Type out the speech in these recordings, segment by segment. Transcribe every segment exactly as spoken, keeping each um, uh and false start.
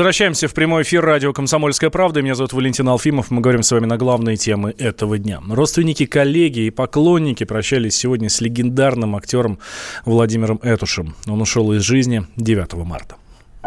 Возвращаемся в прямой эфир радио «Комсомольская правда». Меня зовут Валентин Алфимов. Мы говорим с вами на главные темы этого дня. Родственники, коллеги и поклонники прощались сегодня с легендарным актером Владимиром Этушем. Он ушел из жизни девятого марта.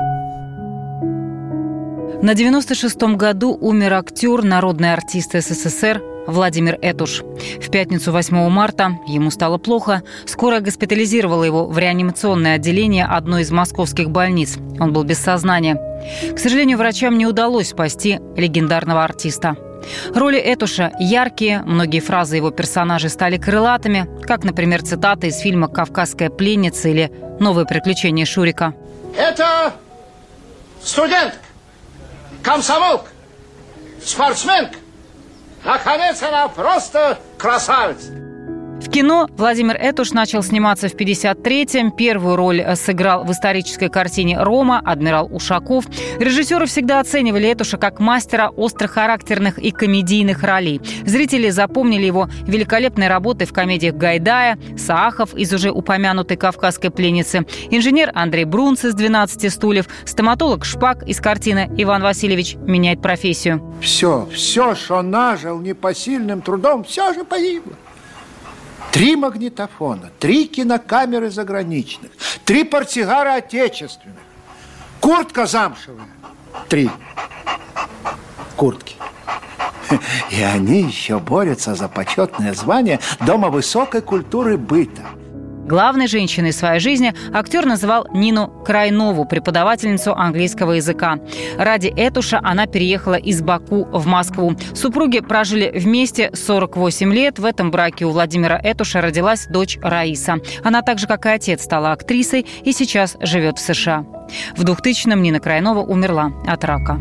На девяносто шестом году умер актер, народный артист СССР Владимир Этуш. В пятницу восьмого марта ему стало плохо. Скорая госпитализировала его в реанимационное отделение одной из московских больниц. Он был без сознания. К сожалению, врачам не удалось спасти легендарного артиста. Роли Этуша яркие, многие фразы его персонажей стали крылатыми, как, например, цитаты из фильма «Кавказская пленница» или «Новые приключения Шурика». Это студентка, комсомолка, спортсменка. Наконец, она просто красавица. В кино Владимир Этуш начал сниматься в пятьдесят третьем. Первую роль сыграл в исторической картине «Рома» адмирал Ушаков. Режиссеры всегда оценивали Этуша как мастера острохарактерных и комедийных ролей. Зрители запомнили его великолепной работой в комедиях Гайдая, Саахов из уже упомянутой «Кавказской пленницы», инженер Андрей Брунц из «двенадцати стульев», стоматолог Шпак из картины «Иван Васильевич меняет профессию». Все, все, что нажил непосильным трудом, все же погибло. Три магнитофона, три кинокамеры заграничных, три портсигара отечественных, куртка замшевая, три куртки. И они еще борются за почетное звание Дома высокой культуры быта. Главной женщиной своей жизни актер называл Нину Крайнову, преподавательницу английского языка. Ради Этуша она переехала из Баку в Москву. Супруги прожили вместе сорок восемь лет. В этом браке у Владимира Этуша родилась дочь Раиса. Она так же, как и отец, стала актрисой и сейчас живет в США. В двухтысячном Нина Крайнова умерла от рака.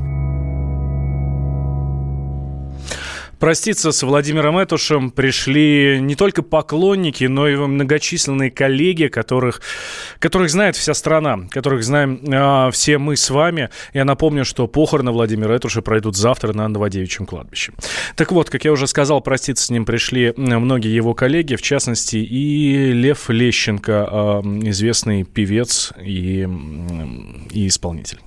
Проститься с Владимиром Этушем пришли не только поклонники, но и многочисленные коллеги, которых, которых знает вся страна, которых знаем э, все мы с вами. Я напомню, что похороны Владимира Этуша пройдут завтра на Новодевичьем кладбище. Так вот, как я уже сказал, проститься с ним пришли многие его коллеги, в частности и Лев Лещенко, э, известный певец и, и исполнитель.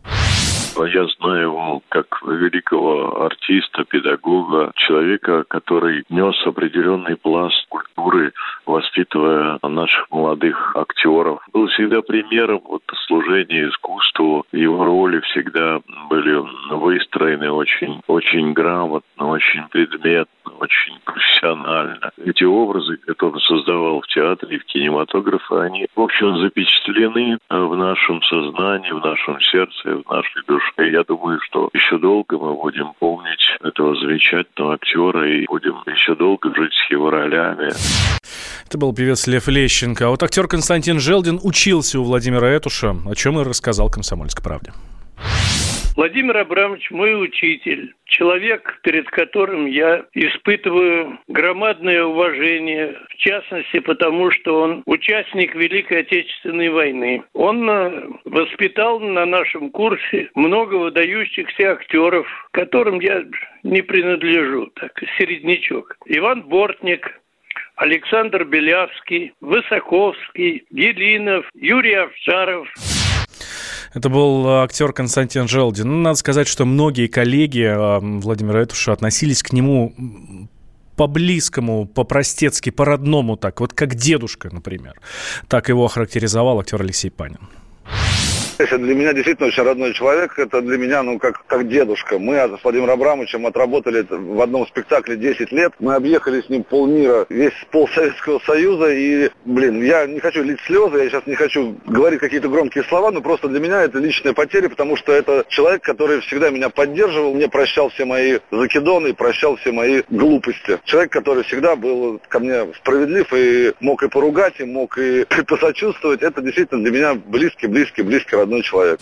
Я знаю его как великого артиста, педагога, человека, который нес определенный пласт культуры, воспитывая наших молодых актеров. Был всегда примером вот, служения искусству. Его роли всегда были выстроены очень, очень грамотно, очень предметно, очень профессионально. Эти образы, которые он создавал в театре и в кинематографе, они, в общем, запечатлены в нашем сознании, в нашем сердце, в нашей душе. И я думаю, что еще долго мы будем помнить этого замечательного актера и будем еще долго жить с его ролями. Это был певец Лев Лещенко. А вот актер Константин Желдин учился у Владимира Этуша, о чем и рассказал «Комсомольской правде». Владимир Абрамович мой учитель, человек, перед которым я испытываю громадное уважение, в частности потому, что он участник Великой Отечественной войны. Он воспитал на нашем курсе много выдающихся актеров, которым я не принадлежу, так, середнячок. Иван Бортник, Александр Белявский, Высоковский, Гелинов, Юрий Овчаров. Это был актер Константин Желдин. Ну, надо сказать, что многие коллеги Владимира Этуша относились к нему по-близкому, по-простецки, по-родному так. Вот как дедушка, например. Так его охарактеризовал актер Алексей Панин. Это для меня действительно очень родной человек. Это для меня, ну, как, как дедушка. Мы с Владимиром Абрамовичем отработали в одном спектакле десять лет. Мы объехали с ним полмира, весь пол Советского Союза. И, блин, я не хочу лить слезы, я сейчас не хочу говорить какие-то громкие слова, но просто для меня это личная потеря, потому что это человек, который всегда меня поддерживал, мне прощал все мои закидоны и прощал все мои глупости. Человек, который всегда был ко мне справедлив и мог и поругать, и мог и посочувствовать. Это действительно для меня близкий, близкий, близкий родной человек.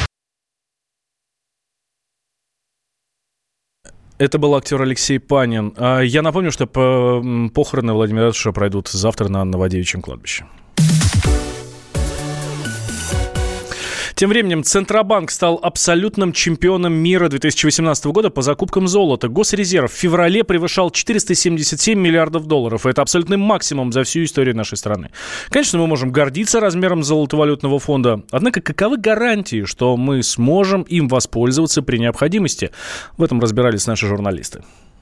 Это был актер Алексей Панин. Я напомню, что похороны Владимира Этуша пройдут завтра на Новодевичьем кладбище. Тем временем Центробанк стал абсолютным чемпионом мира две тысячи восемнадцатого года по закупкам золота. Госрезерв в феврале превышал четыреста семьдесят семь миллиардов долларов. Это абсолютный максимум за всю историю нашей страны. Конечно, мы можем гордиться размером золотовалютного фонда. Однако, каковы гарантии, что мы сможем им воспользоваться при необходимости? В этом разбирались наши журналисты.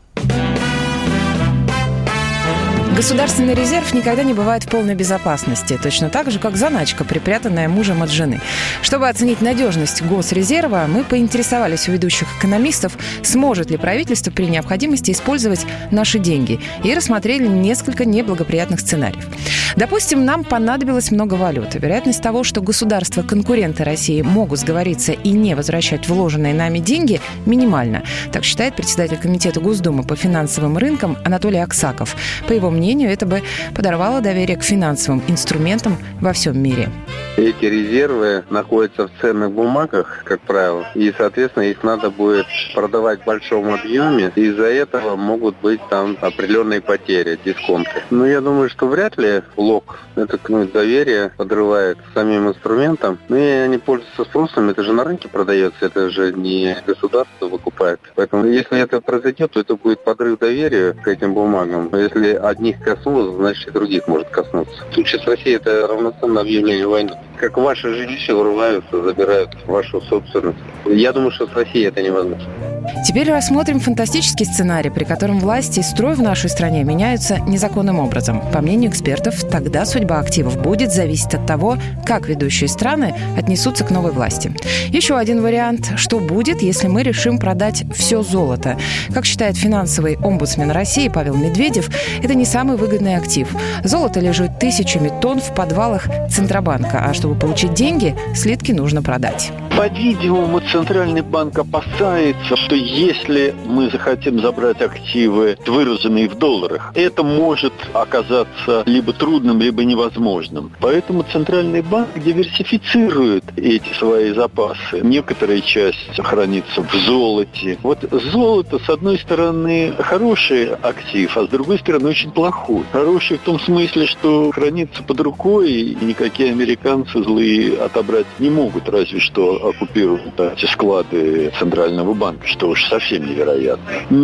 Государственный резерв никогда не бывает в полной безопасности, точно так же, как заначка, припрятанная мужем от жены. Чтобы оценить надежность госрезерва, мы поинтересовались у ведущих экономистов, сможет ли правительство при необходимости использовать наши деньги, и рассмотрели несколько неблагоприятных сценариев. Допустим, нам понадобилось много валюты. Вероятность того, что государства-конкуренты России могут сговориться и не возвращать вложенные нами деньги, минимальна. Так считает председатель комитета Госдумы по финансовым рынкам Анатолий Аксаков. По его мнению, это бы подорвало доверие к финансовым инструментам во всем мире. Эти резервы находятся в ценных бумагах, как правило, и, соответственно, их надо будет продавать в большом объеме, и из-за этого могут быть там определенные потери, дисконты. Но я думаю, что вряд ли блок это ну, доверие подрывает самим инструментом. Ну и они пользуются спросом, это же на рынке продается, это же не государство выкупает. Поэтому если это произойдет, то это будет подрыв доверия к этим бумагам. Если одних коснулось, значит и других может коснуться. В случае с Россией это равноценно объявлению войны. Как ваши жилища вырываются, забирают вашу собственность. Я думаю, что с Россией это невозможно. Теперь рассмотрим фантастический сценарий, при котором власти и строй в нашей стране меняются незаконным образом. По мнению экспертов, тогда судьба активов будет зависеть от того, как ведущие страны отнесутся к новой власти. Еще один вариант. Что будет, если мы решим продать все золото? Как считает финансовый омбудсмен России Павел Медведев, это не самый выгодный актив. Золото лежит тысячами тонн в подвалах Центробанка, а чтобы получить деньги, слитки нужно продать. По-видимому, Центральный банк опасается, что если мы захотим забрать активы, выраженные в долларах, это может оказаться либо трудным, либо невозможным. Поэтому Центральный банк диверсифицирует эти свои запасы. Некоторая часть хранится в золоте. Вот золото, с одной стороны, хороший актив, а с другой стороны, очень плохой. Хороший в том смысле, что хранится под рукой, и никакие американцы злые отобрать не могут, разве что оккупируют эти склады Центрального банка, что уж совсем невероятно.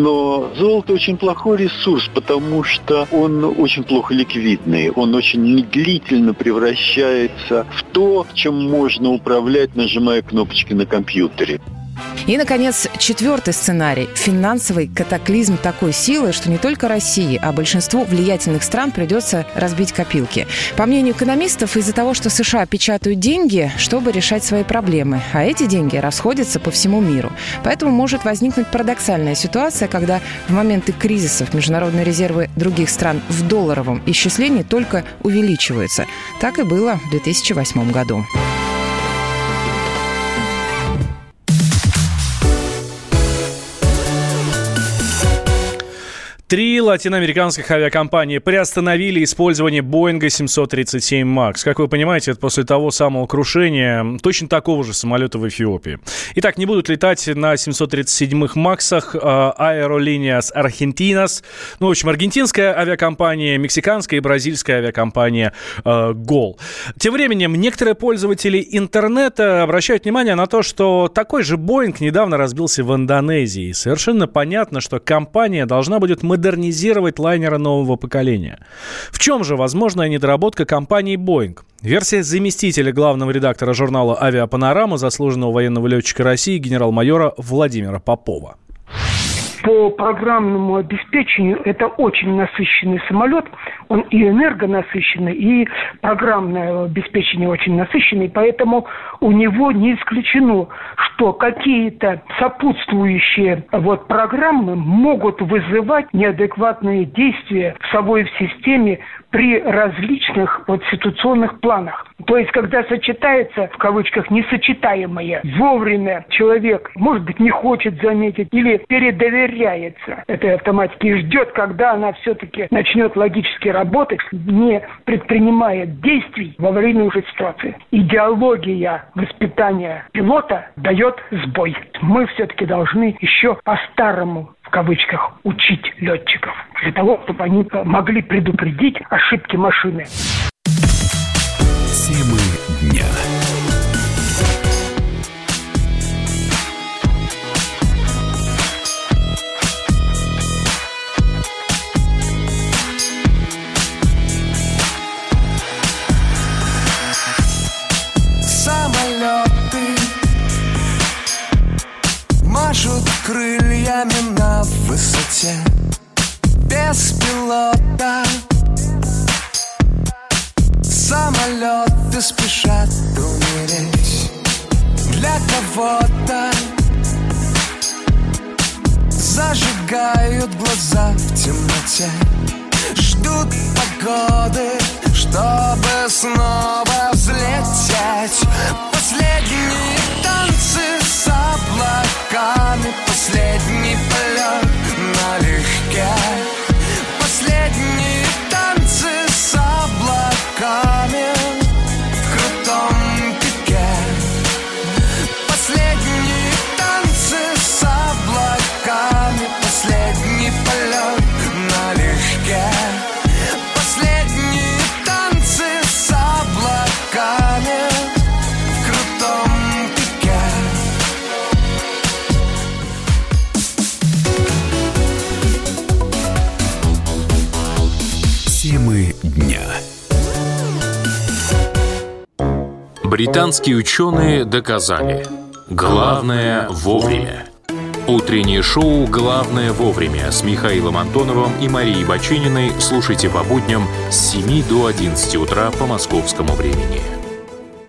Но золото очень плохой ресурс, потому что он очень плохо ликвидный, он очень медлительно превращается в то, чем можно управлять, нажимая кнопочки на компьютере. И, наконец, четвертый сценарий – финансовый катаклизм такой силы, что не только России, а большинству влиятельных стран придется разбить копилки. По мнению экономистов, из-за того, что США печатают деньги, чтобы решать свои проблемы, а эти деньги расходятся по всему миру. Поэтому может возникнуть парадоксальная ситуация, когда в моменты кризисов международные резервы других стран в долларовом исчислении только увеличиваются. Так и было в две тысячи восьмом году. Три латиноамериканских авиакомпании приостановили использование Боинга семьсот тридцать семь макс. Как вы понимаете, это после того самого крушения точно такого же самолета в Эфиопии. Итак, не будут летать на семьсот тридцать седьмых максах Aerolíneas Argentinas. Ну, в общем, аргентинская авиакомпания, мексиканская и бразильская авиакомпания э, Гол. Тем временем, некоторые пользователи интернета обращают внимание на то, что такой же Боинг недавно разбился в Индонезии. И совершенно понятно, что компания должна будет модернизировать модернизировать лайнеры нового поколения. В чем же возможная недоработка компании Boeing? Версия заместителя главного редактора журнала «Авиапанорама», заслуженного военного летчика России генерал-майора Владимира Попова. По программному обеспечению это очень насыщенный самолет. Он и энергонасыщенный, и программное обеспечение очень насыщенное. Поэтому у него не исключено, что какие-то сопутствующие вот, программы могут вызывать неадекватные действия в самой системе при различных вот, ситуационных планах. То есть, когда сочетается, в кавычках, несочетаемое, вовремя человек, может быть, не хочет заметить или передоверяется этой автоматике и ждет, когда она все-таки начнет логически работать, не предпринимая действий в аварийной уже ситуации. Идеология воспитания пилота дает сбой. Мы все-таки должны еще по-старому, в кавычках, учить летчиков, для того, чтобы они могли предупредить ошибки машины. Темы дня. на высоте, без пилота. Самолеты спешат умереть для кого-то. Зажигают глаза в темноте, ждут погоды, чтобы снова взлететь. Последние танцы с облаками, последний полет налегке. Последние танцы с облаками в крутом пике. Последние танцы с облаками, последний полет налегке. Последние танцы с облаками в крутом пике. Темы дня. Британские ученые доказали: главное вовремя. Утреннее шоу «Главное вовремя» с Михаилом Антоновым и Марией Бачининой слушайте по будням с семи до одиннадцати утра по московскому времени.